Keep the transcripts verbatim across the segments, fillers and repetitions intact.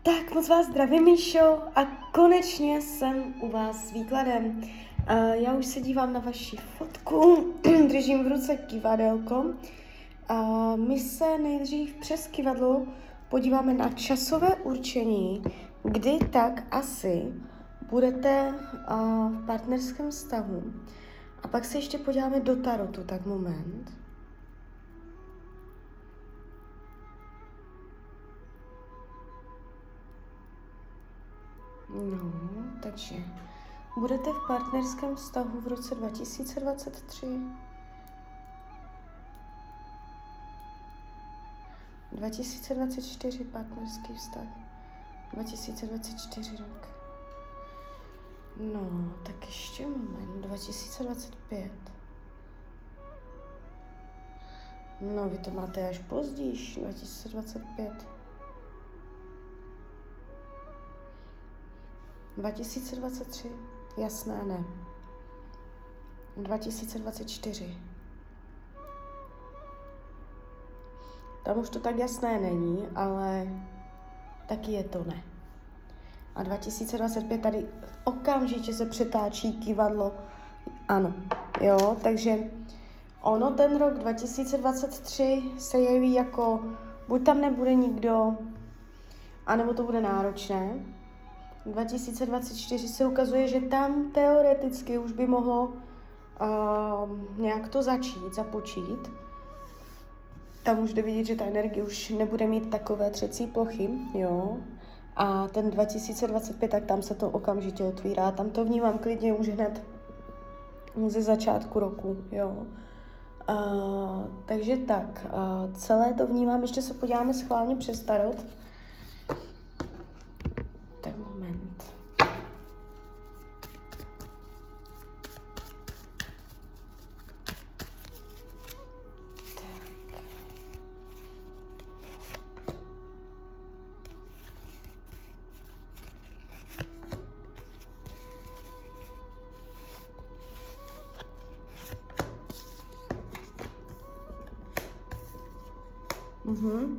Tak moc vás zdravím, Míšo, a konečně jsem u vás s výkladem. Uh, já už se dívám na vaši fotku, držím v ruce kivadélko. Uh, my se nejdřív přes kivadlo podíváme na časové určení, kdy tak asi budete uh, v partnerském vztahu. A pak se ještě podíváme do tarotu, tak moment. No, takže budete v partnerském vztahu v roce dva tisíce dvacet tři. dva tisíce dvacet čtyři partnerský vztah. dva tisíce dvacet čtyři rok. No, tak ještě moment. dva tisíce dvacet pět. No, vy to máte až později, dva tisíce dvacet pět. dva tisíce dvacet tři, jasné, ne. dva tisíce dvacet čtyři. Tam už to tak jasné není, ale taky je to ne. A dva tisíce dvacet pět tady okamžitě se přetáčí kivadlo. Ano, jo, takže ono ten rok dva tisíce dvacet tři se jeví jako buď tam nebude nikdo, anebo to bude náročné. dva tisíce dvacet čtyři se ukazuje, že tam teoreticky už by mohlo uh, nějak to začít, započít. Tam už jde vidět, že ta energie už nebude mít takové třecí plochy, jo. A ten dva tisíce dvacet pět, tak tam se to okamžitě otvírá. Tam to vnímám klidně už hned ze začátku roku, jo. Uh, takže tak, uh, celé to vnímám, ještě se podíváme schválně přes tarot. Tak moment. Mhm.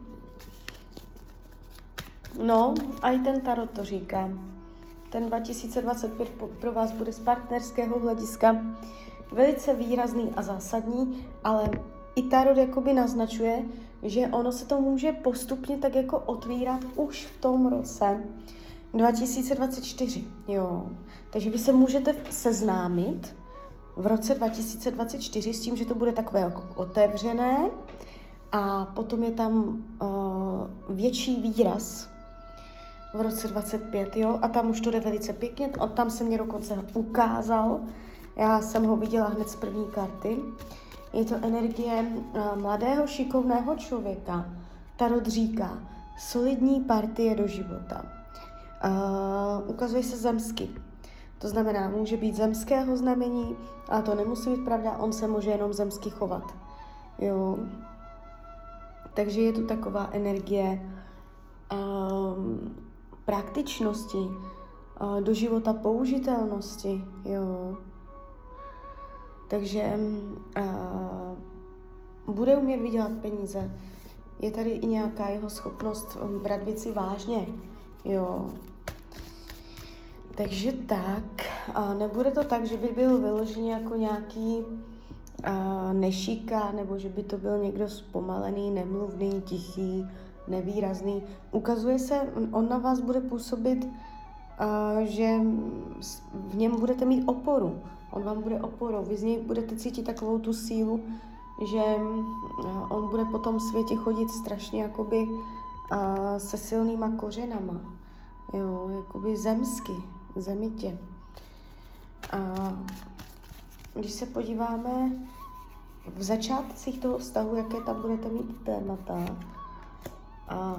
No, a i ten tarot to říká. Ten dva tisíce dvacet pět pro vás bude z partnerského hlediska velice výrazný a zásadní, ale i tarot jakoby naznačuje, že ono se to může postupně tak jako otvírat už v tom roce dva tisíce dvacet čtyři, jo. Takže vy se můžete seznámit v roce dva tisíce dvacet čtyři s tím, že to bude takové jako otevřené, a potom je tam uh, větší výraz v roce dvacet pět, jo, a tam už to jde velice pěkně, a tam se mě dokonce ukázal, já jsem ho viděla hned z první karty. Je to energie uh, mladého, šikovného člověka. Tarot říká, solidní partie do života. Uh, ukazuje se zemsky. To znamená, může být zemského znamení, ale to nemusí být pravda, on se může jenom zemsky chovat, jo. Takže je tu taková energie um, praktičnosti, uh, do života použitelnosti, jo. Takže uh, bude umět vydělat peníze. Je tady i nějaká jeho schopnost um, brát věci vážně, jo. Takže tak, uh, nebude to tak, že by byl vyložený jako nějaký Uh, nešíká, nebo že by to byl někdo zpomalený, nemluvný, tichý, nevýrazný. Ukazuje se, on na vás bude působit, uh, že v něm budete mít oporu. On vám bude oporou. Vy z něj budete cítit takovou tu sílu, že uh, on bude po tom světě chodit strašně jakoby uh, se silnýma kořenama. Jo, jakoby zemsky, zemitě. Uh, Když se podíváme v začátcích toho vztahu, jaké tam budete mít témata, a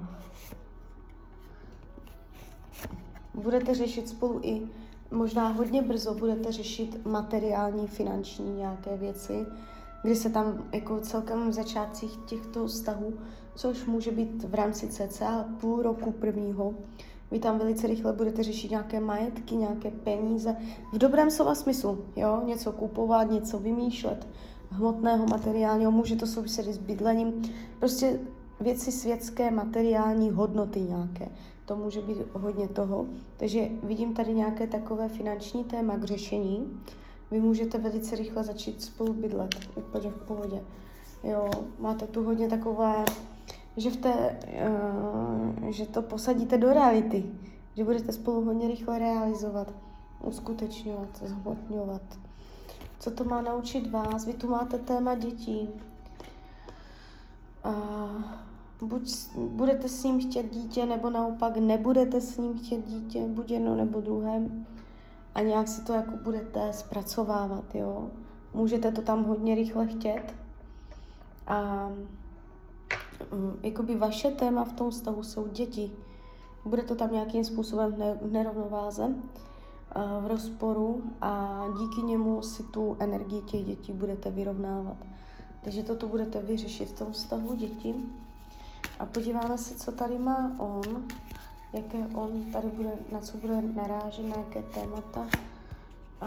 budete řešit spolu i možná hodně brzo, budete řešit materiální, finanční nějaké věci, kdy se tam jako celkem v začátcích těchto vztahů, což může být v rámci cca půl roku prvního, vy tam velice rychle budete řešit nějaké majetky, nějaké peníze, v dobrém slova smyslu, jo, něco kupovat, něco vymýšlet, hmotného, materiálního, může to souviset s bydlením, prostě věci světské, materiální hodnoty nějaké. To může být hodně toho. Takže vidím tady nějaké takové finanční téma k řešení. Vy můžete velice rychle začít spolu bydlet, úplně v pohodě. Jo, máte tu hodně takové, že, v té, uh, že to posadíte do reality, že budete spolu hodně rychle realizovat, uskutečňovat, zhmotňovat. Co to má naučit vás? Vy tu máte téma dětí. Uh, buď budete s ním chtět dítě, nebo naopak nebudete s ním chtět dítě, buď jedno nebo druhé. A nějak si to jako budete zpracovávat, jo. Můžete to tam hodně rychle chtět. A um, jakoby vaše téma v tom vztahu jsou děti. Bude to tam nějakým způsobem v nerovnováze, uh, v rozporu a díky němu si tu energii těch dětí budete vyrovnávat. Takže toto budete vyřešit v tom vztahu děti. A podíváme se, co tady má on, jaké on tady bude, na co bude narážet, na jaké témata. A,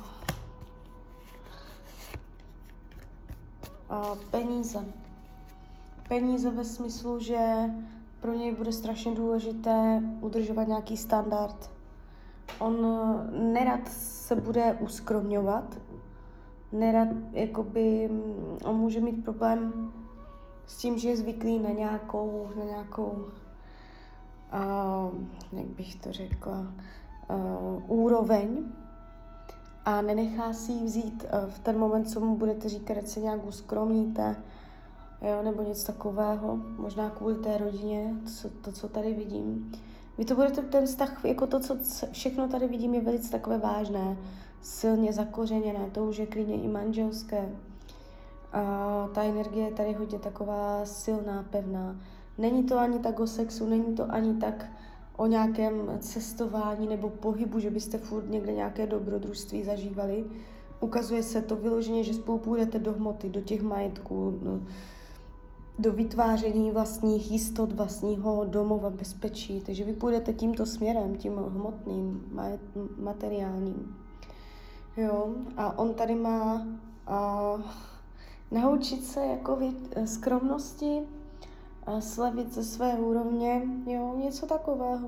a peníze. Peníze ve smyslu, že pro něj bude strašně důležité udržovat nějaký standard. On nerad se bude uskromňovat, nerad, jakoby, on může mít problém s tím, že je zvyklý na nějakou, na nějakou, uh, jak bych to řekla, uh, úroveň a nenechá si ji vzít uh, v ten moment, co mu budete říkat, ať se nějak uskromníte, jo, nebo něco takového, možná kvůli té rodině, to, to, co tady vidím. Vy to budete, ten vztah, jako to, co všechno tady vidím, je velice takové vážné, silně zakořeněné, to už je klidně i manželské. A ta energie je tady hodně taková silná, pevná. Není to ani tak o sexu, není to ani tak o nějakém cestování nebo pohybu, že byste furt někde nějaké dobrodružství zažívali. Ukazuje se to vyloženě, že spolu půjdete do hmoty, do těch majetků, no, do vytváření vlastních jistot, vlastního domova, bezpečí. Takže vy půjdete tímto směrem, tím hmotným, materiálním. Jo, a on tady má a, naučit se jako vy, skromnosti, a slevit ze své úrovně, jo, něco takového.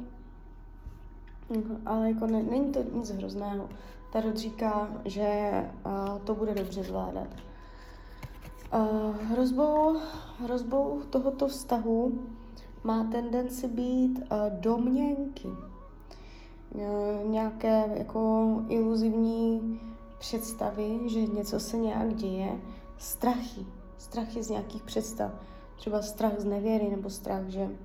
Ale jako ne, není to nic hrozného. Tarot říká, že a, to bude dobře zvládat. Uh, hrozbou, hrozbou tohoto vztahu má tendenci být uh, domněnky. Uh, nějaké jako iluzivní představy, že něco se nějak děje. Strachy. Strachy z nějakých představ. Třeba strach z nevěry nebo strach, že uh,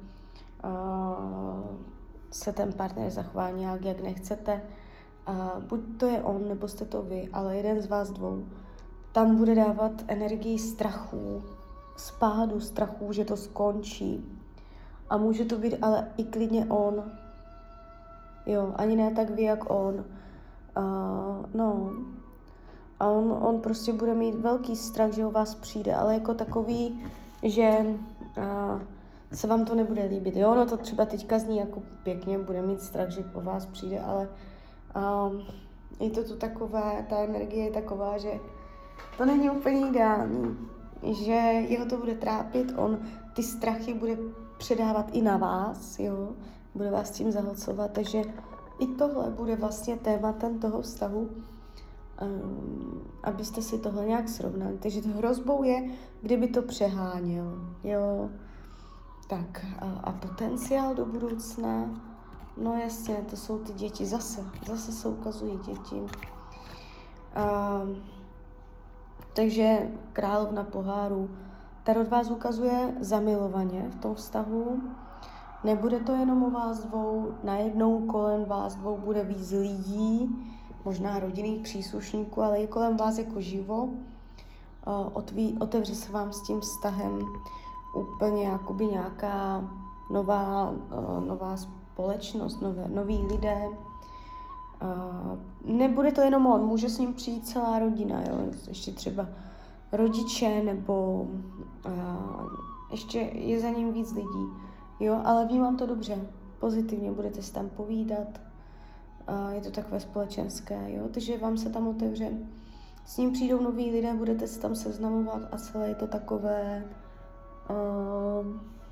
se ten partner zachová nějak, jak nechcete. Uh, buď to je on, nebo jste to vy, ale jeden z vás dvou tam bude dávat energii strachů, spádu strachů, že to skončí. A může to být ale i klidně on. Jo, ani ne tak vy, jak on. Uh, no. A on, on prostě bude mít velký strach, že o vás přijde, ale jako takový, že uh, se vám to nebude líbit. Jo, no to třeba teďka zní jako pěkně, bude mít strach, že o vás přijde, ale uh, je to tu takové, ta energie je taková, že to není úplně ideální, že jeho to bude trápit, on ty strachy bude předávat i na vás, jo, bude vás tím zahlcovat, takže i tohle bude vlastně tématem toho vztahu, um, abyste si tohle nějak srovnali. Takže hrozbou je, kdyby to přeháněl, jo. Tak a, a potenciál do budoucna, no jasně, to jsou ty děti, zase, zase se ukazují děti. Um, Takže královna poháru. Tarot vás ukazuje zamilovaně v tom vztahu. Nebude to jenom o vás dvou, najednou kolem vás dvou bude víc lidí, možná rodinných příslušníků, ale i kolem vás jako živo. Otví, otevře se vám s tím vztahem úplně jakoby nějaká nová, nová společnost, nové, noví lidé. Uh, nebude to jenom on, může s ním přijít celá rodina, jo? Ještě třeba rodiče, nebo uh, ještě je za ním víc lidí, jo? Ale vnímám to dobře, pozitivně, budete si tam povídat, uh, je to takové společenské, jo? Takže vám se tam otevře, s ním přijdou noví lidé, budete se tam seznamovat a celé je to takové uh,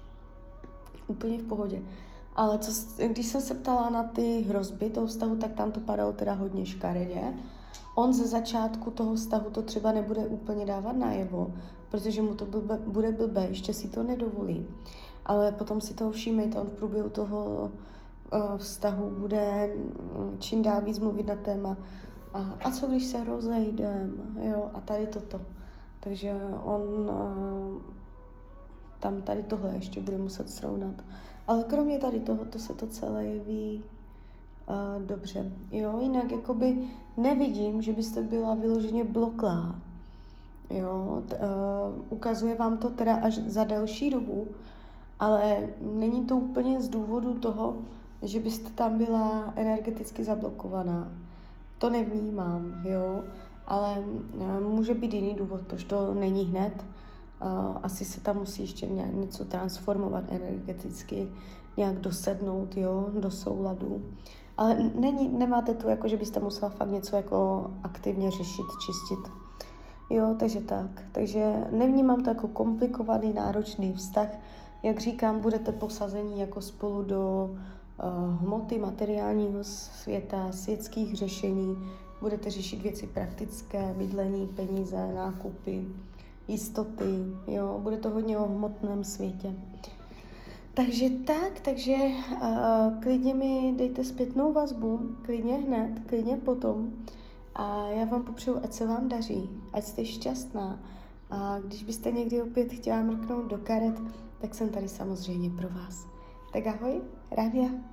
úplně v pohodě. Ale co, když jsem se ptala na ty hrozby toho vztahu, tak tam to padalo teda hodně škaredě. On ze začátku toho vztahu to třeba nebude úplně dávat najevo, protože mu to blbe, bude blbé, ještě si to nedovolí. Ale potom si toho všímejte, on v průběhu toho uh, vztahu bude čím dál víc mluvit na téma a, a co když se rozejdem, jo, a tady toto. Takže on uh, tam tady tohle ještě bude muset srovnat. Ale kromě tady toho, to se to celé jeví uh, dobře. Jo, jinak jakoby nevidím, že byste byla vyloženě bloklá. Jo, t, uh, ukazuje vám to teda až za delší dobu, ale není to úplně z důvodu toho, že byste tam byla energeticky zablokovaná. To nevnímám, jo, ale uh, může být jiný důvod, proč to není hned. Uh, asi se tam musí ještě nějak něco transformovat energeticky, nějak dosednout, jo, do souladu. Ale není, nemáte tu, jako že byste musela fakt něco jako aktivně řešit, čistit. Jo, takže tak. Takže nevnímám to jako komplikovaný, náročný vztah. Jak říkám, budete posazení jako spolu do uh, hmoty materiálního světa, světských řešení. Budete řešit věci praktické, bydlení, peníze, nákupy, jistoty, jo, bude to hodně o hmotném světě. Takže tak, takže uh, klidně mi dejte zpětnou vazbu, klidně hned, klidně potom. A já vám popřeju, ať se vám daří, ať jste šťastná. A když byste někdy opět chtěla mrknout do karet, tak jsem tady samozřejmě pro vás. Tak ahoj, Rádia.